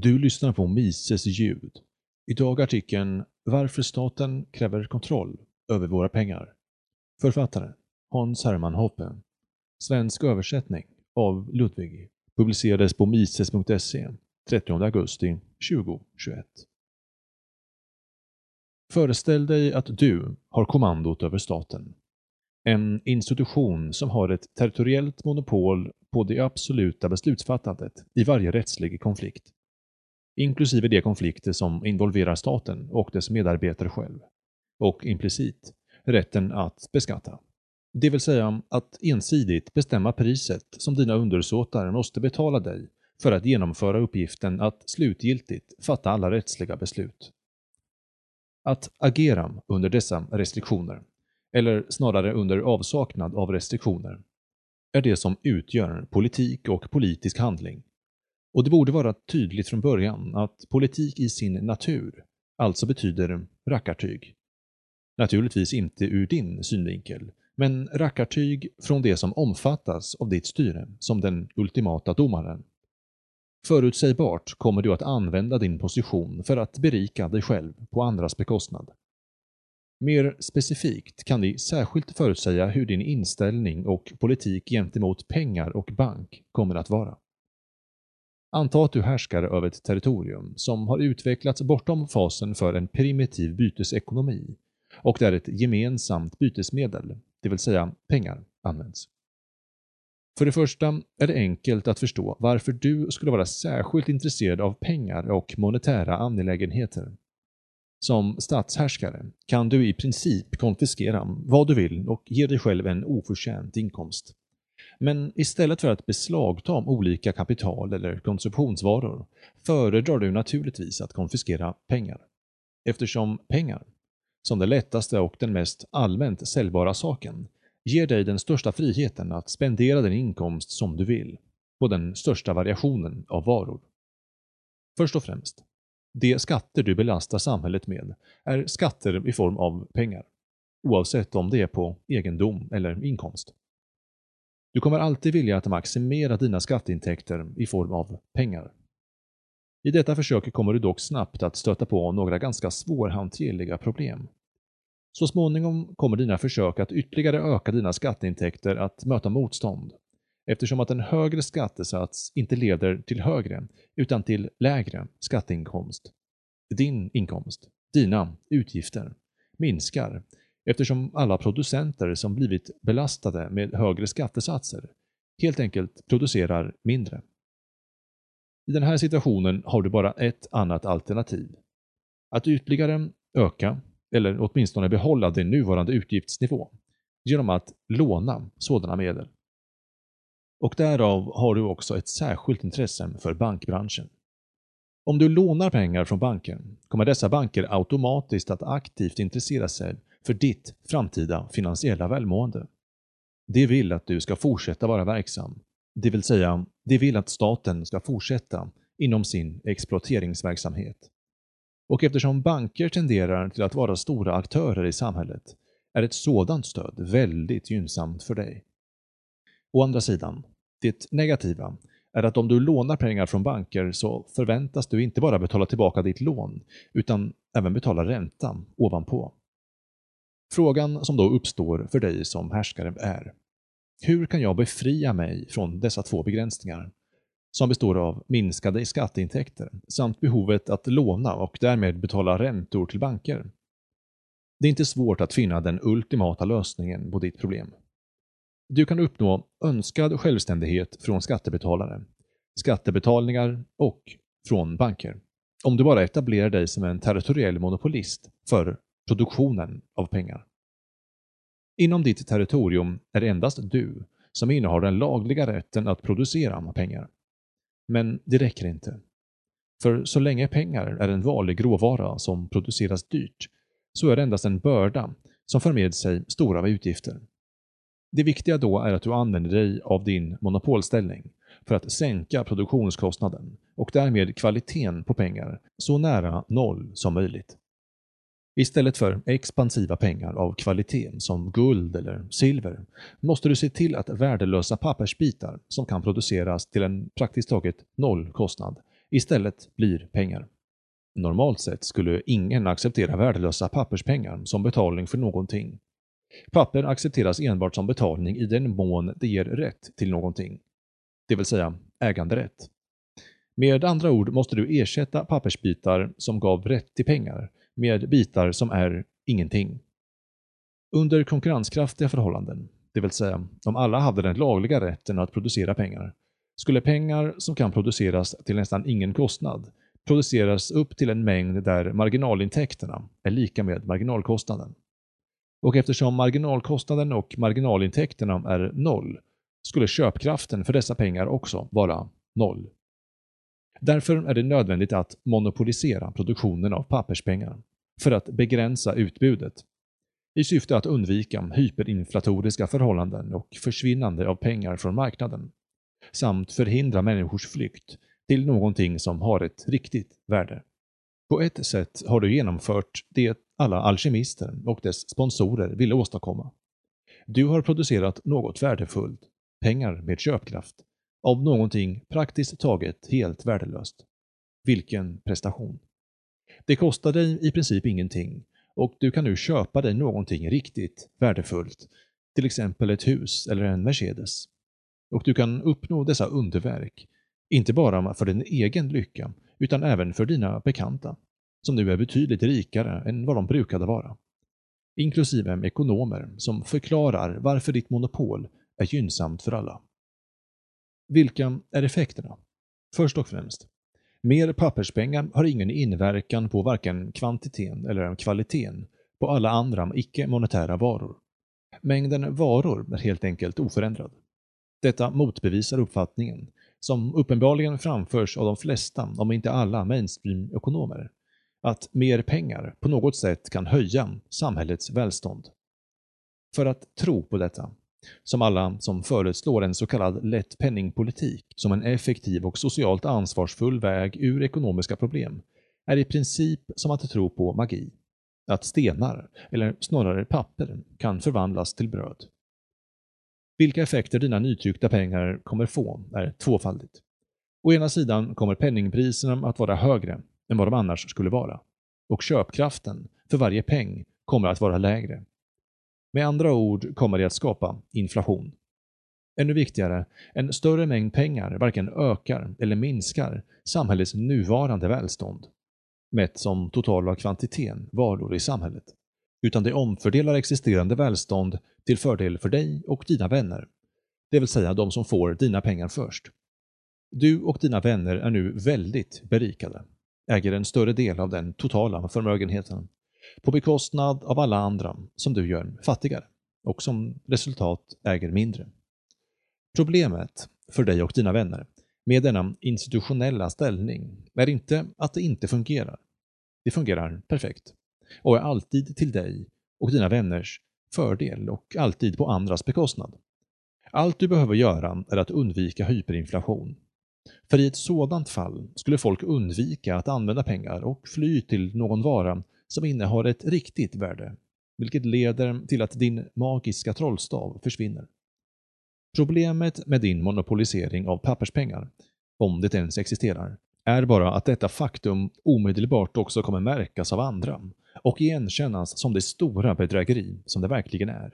Du lyssnar på Mises ljud. Idag artikeln Varför staten kräver kontroll över våra pengar. Författare Hans Hermann Hoppe. Svensk översättning av Ludvig. Publicerades på mises.se 30 augusti 2021. Föreställ dig att du har kommandot över staten. En institution som har ett territoriellt monopol på det absoluta beslutsfattandet i varje rättslig konflikt. Inklusive de konflikter som involverar staten och dess medarbetare själv. Och implicit rätten att beskatta. Det vill säga att ensidigt bestämma priset som dina undersåtar måste betala dig för att genomföra uppgiften att slutgiltigt fatta alla rättsliga beslut. Att agera under dessa restriktioner, eller snarare under avsaknad av restriktioner, är det som utgör politik och politisk handling. Och det borde vara tydligt från början att politik i sin natur alltså betyder rackartyg. Naturligtvis inte ur din synvinkel, men rackartyg från det som omfattas av ditt styre som den ultimata domaren. Förutsägbart kommer du att använda din position för att berika dig själv på andras bekostnad. Mer specifikt kan vi särskilt förutsäga hur din inställning och politik gentemot pengar och bank kommer att vara. Anta att du härskar över ett territorium som har utvecklats bortom fasen för en primitiv bytesekonomi och där ett gemensamt bytesmedel, det vill säga pengar, används. För det första är det enkelt att förstå varför du skulle vara särskilt intresserad av pengar och monetära angelägenheter. Som statshärskare kan du i princip konfiskera vad du vill och ge dig själv en oförtjänt inkomst. Men istället för att beslagta olika kapital eller konsumtionsvaror föredrar du naturligtvis att konfiskera pengar. Eftersom pengar, som det lättaste och den mest allmänt säljbara saken, ger dig den största friheten att spendera den inkomst som du vill på den största variationen av varor. Först och främst, de skatter du belastar samhället med är skatter i form av pengar, oavsett om det är på egendom eller inkomst. Du kommer alltid vilja att maximera dina skatteintäkter i form av pengar. I detta försök kommer du dock snabbt att stöta på några ganska svårhanterliga problem. Så småningom kommer dina försök att ytterligare öka dina skatteintäkter att möta motstånd, eftersom att en högre skattesats inte leder till högre utan till lägre skatteinkomst. Din inkomst, dina utgifter, minskar eftersom alla producenter som blivit belastade med högre skattesatser helt enkelt producerar mindre. I den här situationen har du bara ett annat alternativ. Att ytterligare öka eller åtminstone behålla din nuvarande utgiftsnivå genom att låna sådana medel. Och därav har du också ett särskilt intresse för bankbranschen. Om du lånar pengar från banken kommer dessa banker automatiskt att aktivt intressera sig för ditt framtida finansiella välmående. De vill att du ska fortsätta vara verksam, det vill säga de vill att staten ska fortsätta inom sin exploateringsverksamhet. Och eftersom banker tenderar till att vara stora aktörer i samhället är ett sådant stöd väldigt gynnsamt för dig. Å andra sidan, det negativa är att om du lånar pengar från banker så förväntas du inte bara betala tillbaka ditt lån utan även betala ränta ovanpå. Frågan som då uppstår för dig som härskare är: hur kan jag befria mig från dessa två begränsningar som består av minskade skatteintäkter samt behovet att låna och därmed betala räntor till banker? Det är inte svårt att finna den ultimata lösningen på ditt problem. Du kan uppnå önskad självständighet från skattebetalare, skattebetalningar och från banker om du bara etablerar dig som en territoriell monopolist för produktionen av pengar. Inom ditt territorium är det endast du som innehar den lagliga rätten att producera pengar. Men det räcker inte. För så länge pengar är en vanlig råvara som produceras dyrt så är det endast en börda som för med sig stora utgifter. Det viktiga då är att du använder dig av din monopolställning för att sänka produktionskostnaden och därmed kvaliteten på pengar så nära noll som möjligt. Istället för expansiva pengar av kvalitet som guld eller silver måste du se till att värdelösa pappersbitar som kan produceras till en praktiskt taget noll kostnad istället blir pengar. Normalt sett skulle ingen acceptera värdelösa papperspengar som betalning för någonting. Papper accepteras enbart som betalning i den mån det ger rätt till någonting, det vill säga äganderätt. Med andra ord måste du ersätta pappersbitar som gav rätt till pengar med bitar som är ingenting. Under konkurrenskraftiga förhållanden, det vill säga om alla hade den lagliga rätten att producera pengar, skulle pengar som kan produceras till nästan ingen kostnad produceras upp till en mängd där marginalintäkterna är lika med marginalkostnaden. Och eftersom marginalkostnaden och marginalintäkterna är noll, skulle köpkraften för dessa pengar också vara noll. Därför är det nödvändigt att monopolisera produktionen av papperspengar för att begränsa utbudet, i syfte att undvika hyperinflatoriska förhållanden och försvinnande av pengar från marknaden, samt förhindra människors flykt till någonting som har ett riktigt värde. På ett sätt har du genomfört det alla alkemister och dess sponsorer ville åstadkomma. Du har producerat något värdefullt, pengar med köpkraft, av någonting praktiskt taget helt värdelöst. Vilken prestation! Det kostar dig i princip ingenting och du kan nu köpa dig någonting riktigt värdefullt, till exempel ett hus eller en Mercedes. Och du kan uppnå dessa underverk, inte bara för din egen lycka utan även för dina bekanta, som nu är betydligt rikare än vad de brukade vara. Inklusive ekonomer som förklarar varför ditt monopol är gynnsamt för alla. Vilka är effekterna? Först och främst, mer papperspengar har ingen inverkan på varken kvantiteten eller kvaliteten på alla andra icke-monetära varor. Mängden varor är helt enkelt oförändrad. Detta motbevisar uppfattningen, som uppenbarligen framförs av de flesta, om inte alla mainstream-ekonomer, att mer pengar på något sätt kan höja samhällets välstånd. För att tro på detta, som alla som föreslår en så kallad lätt penningpolitik som en effektiv och socialt ansvarsfull väg ur ekonomiska problem, är i princip som att tro på magi. Att stenar, eller snarare papper, kan förvandlas till bröd. Vilka effekter dina nytryckta pengar kommer få är tvåfaldigt. Å ena sidan kommer penningpriserna att vara högre än vad de annars skulle vara, och köpkraften för varje peng kommer att vara lägre. Med andra ord kommer det att skapa inflation. Ännu viktigare, en större mängd pengar varken ökar eller minskar samhällets nuvarande välstånd, mätt som totala kvantiteten varor i samhället, utan det omfördelar existerande välstånd till fördel för dig och dina vänner, det vill säga de som får dina pengar först. Du och dina vänner är nu väldigt berikade, äger en större del av den totala förmögenheten, på bekostnad av alla andra som du gör fattigare och som resultat äger mindre. Problemet för dig och dina vänner med denna institutionella ställning är inte att det inte fungerar. Det fungerar perfekt och är alltid till dig och dina vänners fördel och alltid på andras bekostnad. Allt du behöver göra är att undvika hyperinflation. För i ett sådant fall skulle folk undvika att använda pengar och fly till någon vara som innehar ett riktigt värde, vilket leder till att din magiska trollstav försvinner. Problemet med din monopolisering av papperspengar, om det ens existerar, är bara att detta faktum omedelbart också kommer märkas av andra och igenkännas som det stora bedrägeri som det verkligen är.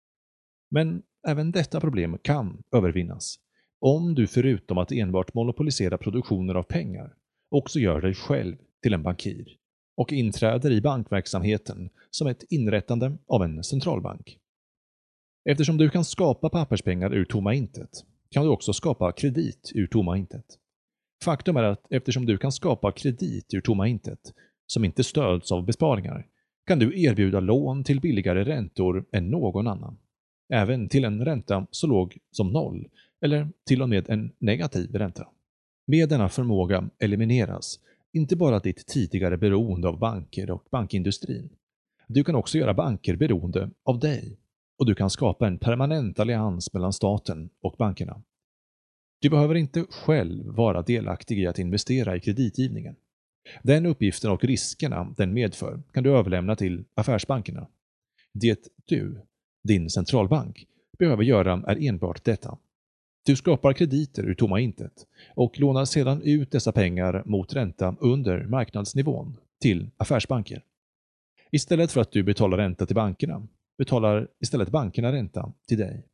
Men även detta problem kan övervinnas om du förutom att enbart monopolisera produktionen av pengar också gör dig själv till en bankir och inträder i bankverksamheten som ett inrättande av en centralbank. Eftersom du kan skapa papperspengar ur tomma intet kan du också skapa kredit ur tomma intet. Faktum är att eftersom du kan skapa kredit ur tomma intet som inte stöds av besparingar kan du erbjuda lån till billigare räntor än någon annan. Även till en ränta så låg som 0 eller till och med en negativ ränta. Med denna förmåga elimineras inte bara ditt tidigare beroende av banker och bankindustrin. Du kan också göra banker beroende av dig och du kan skapa en permanent allians mellan staten och bankerna. Du behöver inte själv vara delaktig i att investera i kreditgivningen. Den uppgiften och riskerna den medför kan du överlämna till affärsbankerna. Det du, din centralbank, behöver göra är enbart detta. Du skapar krediter ur tomma intet och lånar sedan ut dessa pengar mot ränta under marknadsnivån till affärsbanker. Istället för att du betalar ränta till bankerna, betalar istället bankerna ränta till dig.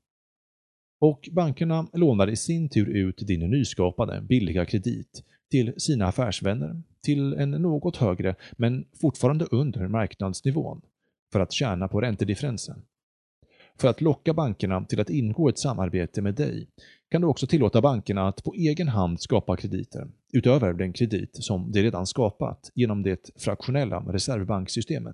Och bankerna lånar i sin tur ut din nyskapade billiga kredit till sina affärsvänner till en något högre men fortfarande under marknadsnivån för att tjäna på räntedifferensen. För att locka bankerna till att ingå ett samarbete med dig kan du också tillåta bankerna att på egen hand skapa krediter utöver den kredit som de redan skapat genom det fraktionella reservbanksystemet.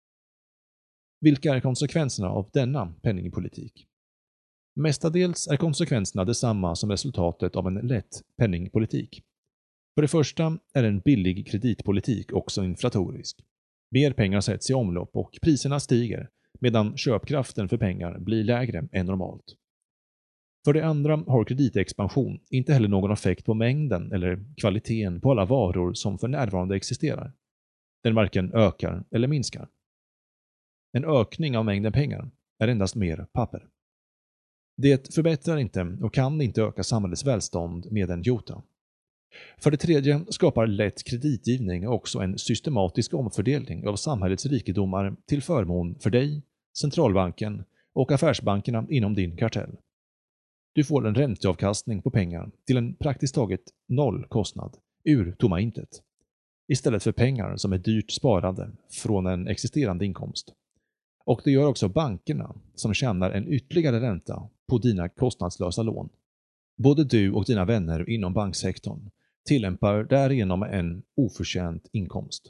Vilka är konsekvenserna av denna penningpolitik? Mestadels är konsekvenserna detsamma som resultatet av en lätt penningpolitik. För det första är en billig kreditpolitik också inflatorisk. Mer pengar sätts i omlopp och priserna stiger medan köpkraften för pengar blir lägre än normalt. För det andra har kreditexpansion inte heller någon effekt på mängden eller kvaliteten på alla varor som för närvarande existerar. Den varken ökar eller minskar. En ökning av mängden pengar är endast mer papper. Det förbättrar inte och kan inte öka samhällets välstånd med en jota. För det tredje skapar lätt kreditgivning också en systematisk omfördelning av samhällets rikedomar till förmån för dig, centralbanken och affärsbankerna inom din kartell. Du får en ränteavkastning på pengar till en praktiskt taget noll kostnad ur tomma intet, istället för pengar som är dyrt sparade från en existerande inkomst. Och det gör också bankerna som tjänar en ytterligare ränta på dina kostnadslösa lån. Både du och dina vänner inom banksektorn tillämpar därigenom en oförtjänt inkomst.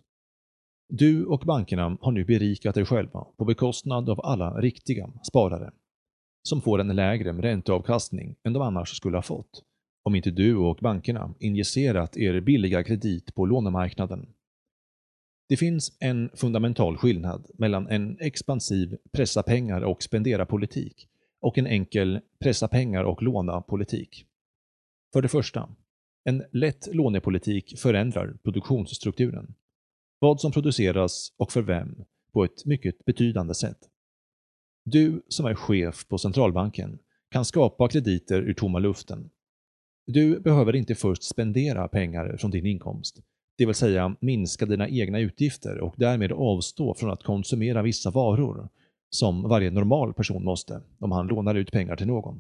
Du och bankerna har nu berikat er själva på bekostnad av alla riktiga sparare som får en lägre ränteavkastning än de annars skulle ha fått om inte du och bankerna injicerat er billiga kredit på lånemarknaden. Det finns en fundamental skillnad mellan en expansiv pressa pengar och spendera politik och en enkel pressa pengar och låna politik. För det första, en lätt lånepolitik förändrar produktionsstrukturen. Vad som produceras och för vem på ett mycket betydande sätt. Du som är chef på centralbanken kan skapa krediter ur tomma luften. Du behöver inte först spendera pengar från din inkomst, det vill säga minska dina egna utgifter och därmed avstå från att konsumera vissa varor som varje normal person måste om han lånar ut pengar till någon.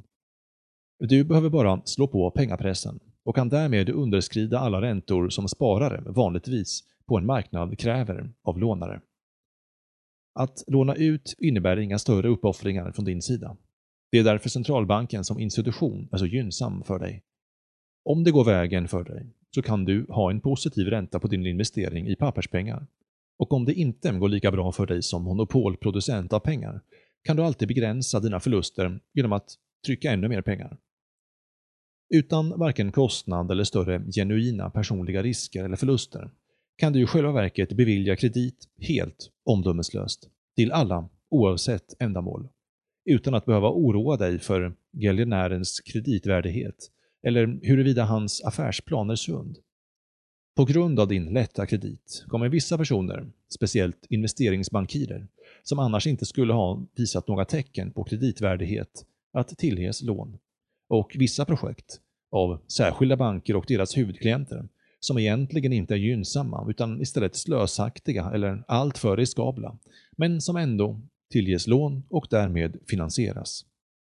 Du behöver bara slå på pengapressen och kan därmed underskrida alla räntor som sparare vanligtvis på en marknad kräver av lånare. Att låna ut innebär inga större uppoffringar från din sida. Det är därför centralbanken som institution är så gynnsam för dig. Om det går vägen för dig så kan du ha en positiv ränta på din investering i papperspengar. Och om det inte går lika bra för dig som monopolproducent av pengar kan du alltid begränsa dina förluster genom att trycka ännu mer pengar. Utan varken kostnad eller större genuina personliga risker eller förluster kan du i själva verket bevilja kredit helt omdömeslöst till alla oavsett ändamål utan att behöva oroa dig för gäldenärens kreditvärdighet eller huruvida hans affärsplan är sund. På grund av din lätta kredit kommer vissa personer, speciellt investeringsbankirer, som annars inte skulle ha visat några tecken på kreditvärdighet, att tillges lån. Och vissa projekt, av särskilda banker och deras huvudklienter, som egentligen inte är gynnsamma utan istället slösaktiga eller alltför riskabla, men som ändå tillges lån och därmed finansieras.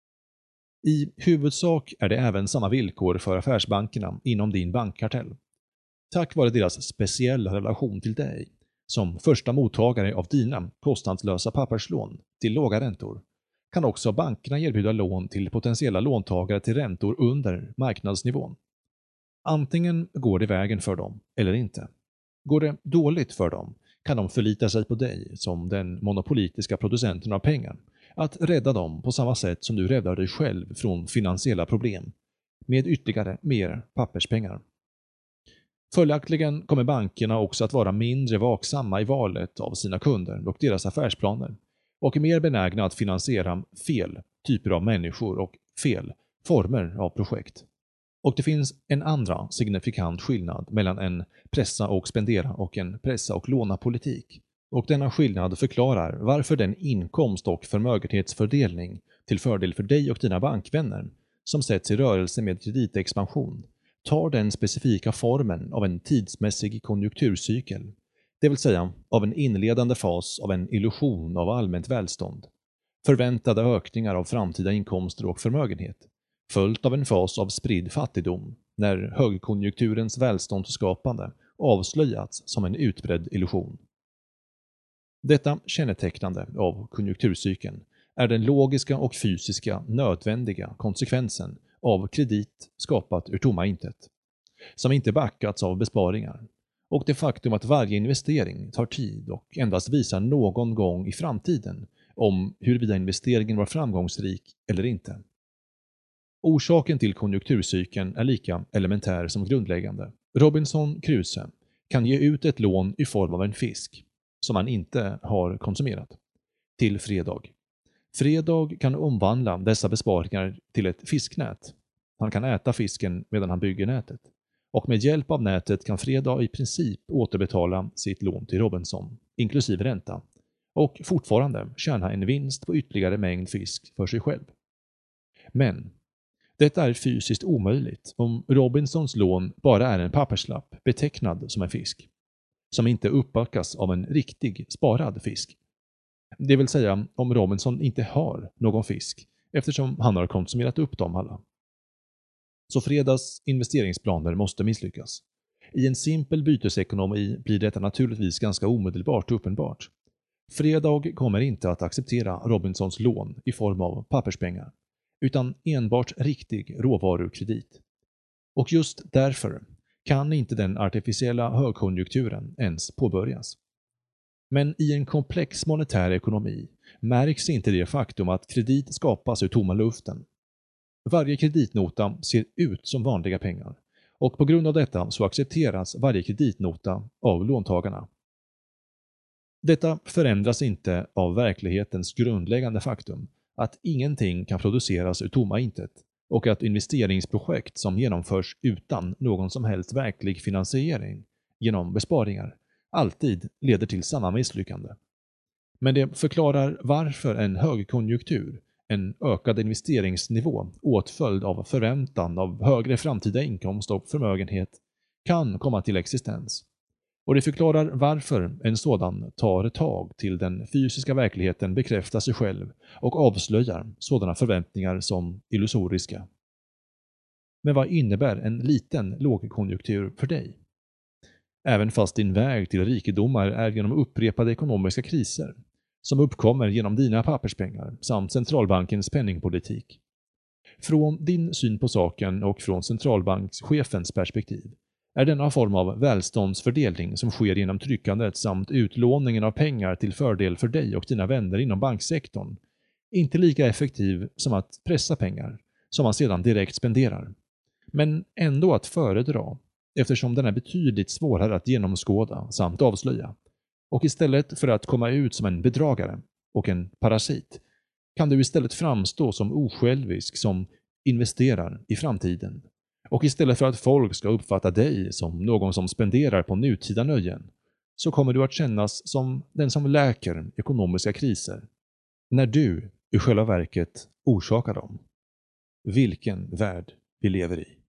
I huvudsak är det även samma villkor för affärsbankerna inom din bankkartell. Tack vare deras speciella relation till dig, som första mottagare av dina kostnadslösa papperslån till låga räntor, kan också bankerna erbjuda lån till potentiella låntagare till räntor under marknadsnivån. Antingen går det vägen för dem eller inte. Går det dåligt för dem kan de förlita sig på dig som den monopolitiska producenten av pengar att rädda dem på samma sätt som du räddar dig själv från finansiella problem med ytterligare mer papperspengar. Följaktligen kommer bankerna också att vara mindre vaksamma i valet av sina kunder och deras affärsplaner och mer benägna att finansiera fel typer av människor och fel former av projekt. Och det finns en andra signifikant skillnad mellan en pressa och spendera och en pressa och låna politik. Och denna skillnad förklarar varför den inkomst- och förmögenhetsfördelning till fördel för dig och dina bankvänner som sätts i rörelse med kreditexpansion tar den specifika formen av en tidsmässig konjunkturcykel, det vill säga av en inledande fas av en illusion av allmänt välstånd, förväntade ökningar av framtida inkomster och förmögenhet, följt av en fas av spridd fattigdom när högkonjunkturens välståndsskapande avslöjats som en utbredd illusion. Detta kännetecknande av konjunkturcykeln är den logiska och fysiska nödvändiga konsekvensen av kredit skapat ur tomma intet, som inte backats av besparingar, och det faktum att varje investering tar tid och endast visar någon gång i framtiden om huruvida investeringen var framgångsrik eller inte. Orsaken till konjunkturcykeln är lika elementär som grundläggande. Robinson Crusoe kan ge ut ett lån i form av en fisk, som han inte har konsumerat, till Fredag. Fredag kan omvandla dessa besparingar till ett fisknät. Han kan äta fisken medan han bygger nätet. Och med hjälp av nätet kan Fredag i princip återbetala sitt lån till Robinson, inklusive ränta, och fortfarande tjäna en vinst på ytterligare mängd fisk för sig själv. Men detta är fysiskt omöjligt om Robinsons lån bara är en papperslapp betecknad som en fisk, som inte uppbackas av en riktig sparad fisk. Det vill säga om Robinson inte har någon fisk eftersom han har konsumerat upp dem alla. Så Fredags investeringsplaner måste misslyckas. I en simpel bytesekonomi blir detta naturligtvis ganska omedelbart uppenbart. Fredag kommer inte att acceptera Robinsons lån i form av papperspengar, utan enbart riktig råvarukredit. Och just därför kan inte den artificiella högkonjunkturen ens påbörjas. Men i en komplex monetär ekonomi märks inte det faktum att kredit skapas ur tomma luften. Varje kreditnota ser ut som vanliga pengar, och på grund av detta så accepteras varje kreditnota av låntagarna. Detta förändras inte av verklighetens grundläggande faktum att ingenting kan produceras ur tomma intet och att investeringsprojekt som genomförs utan någon som helst verklig finansiering genom besparingar alltid leder till samma misslyckande. Men det förklarar varför en högkonjunktur, en ökad investeringsnivå åtföljd av förväntan av högre framtida inkomst och förmögenhet kan komma till existens. Och det förklarar varför en sådan tar ett tag till den fysiska verkligheten bekräftar sig själv och avslöjar sådana förväntningar som illusoriska. Men vad innebär en liten lågkonjunktur för dig? Även fast din väg till rikedomar är genom upprepade ekonomiska kriser som uppkommer genom dina papperspengar samt centralbankens penningpolitik. Från din syn på saken och från centralbankschefens perspektiv är denna form av välståndsfördelning som sker genom tryckandet samt utlåningen av pengar till fördel för dig och dina vänner inom banksektorn inte lika effektiv som att pressa pengar som man sedan direkt spenderar. Men ändå att föredra eftersom den är betydligt svårare att genomskåda samt avslöja. Och istället för att komma ut som en bedragare och en parasit kan du istället framstå som osjälvisk som investerar i framtiden. Och istället för att folk ska uppfatta dig som någon som spenderar på nutida nöjen så kommer du att kännas som den som läker ekonomiska kriser när du i själva verket orsakar dem. Vilken värld vi lever i.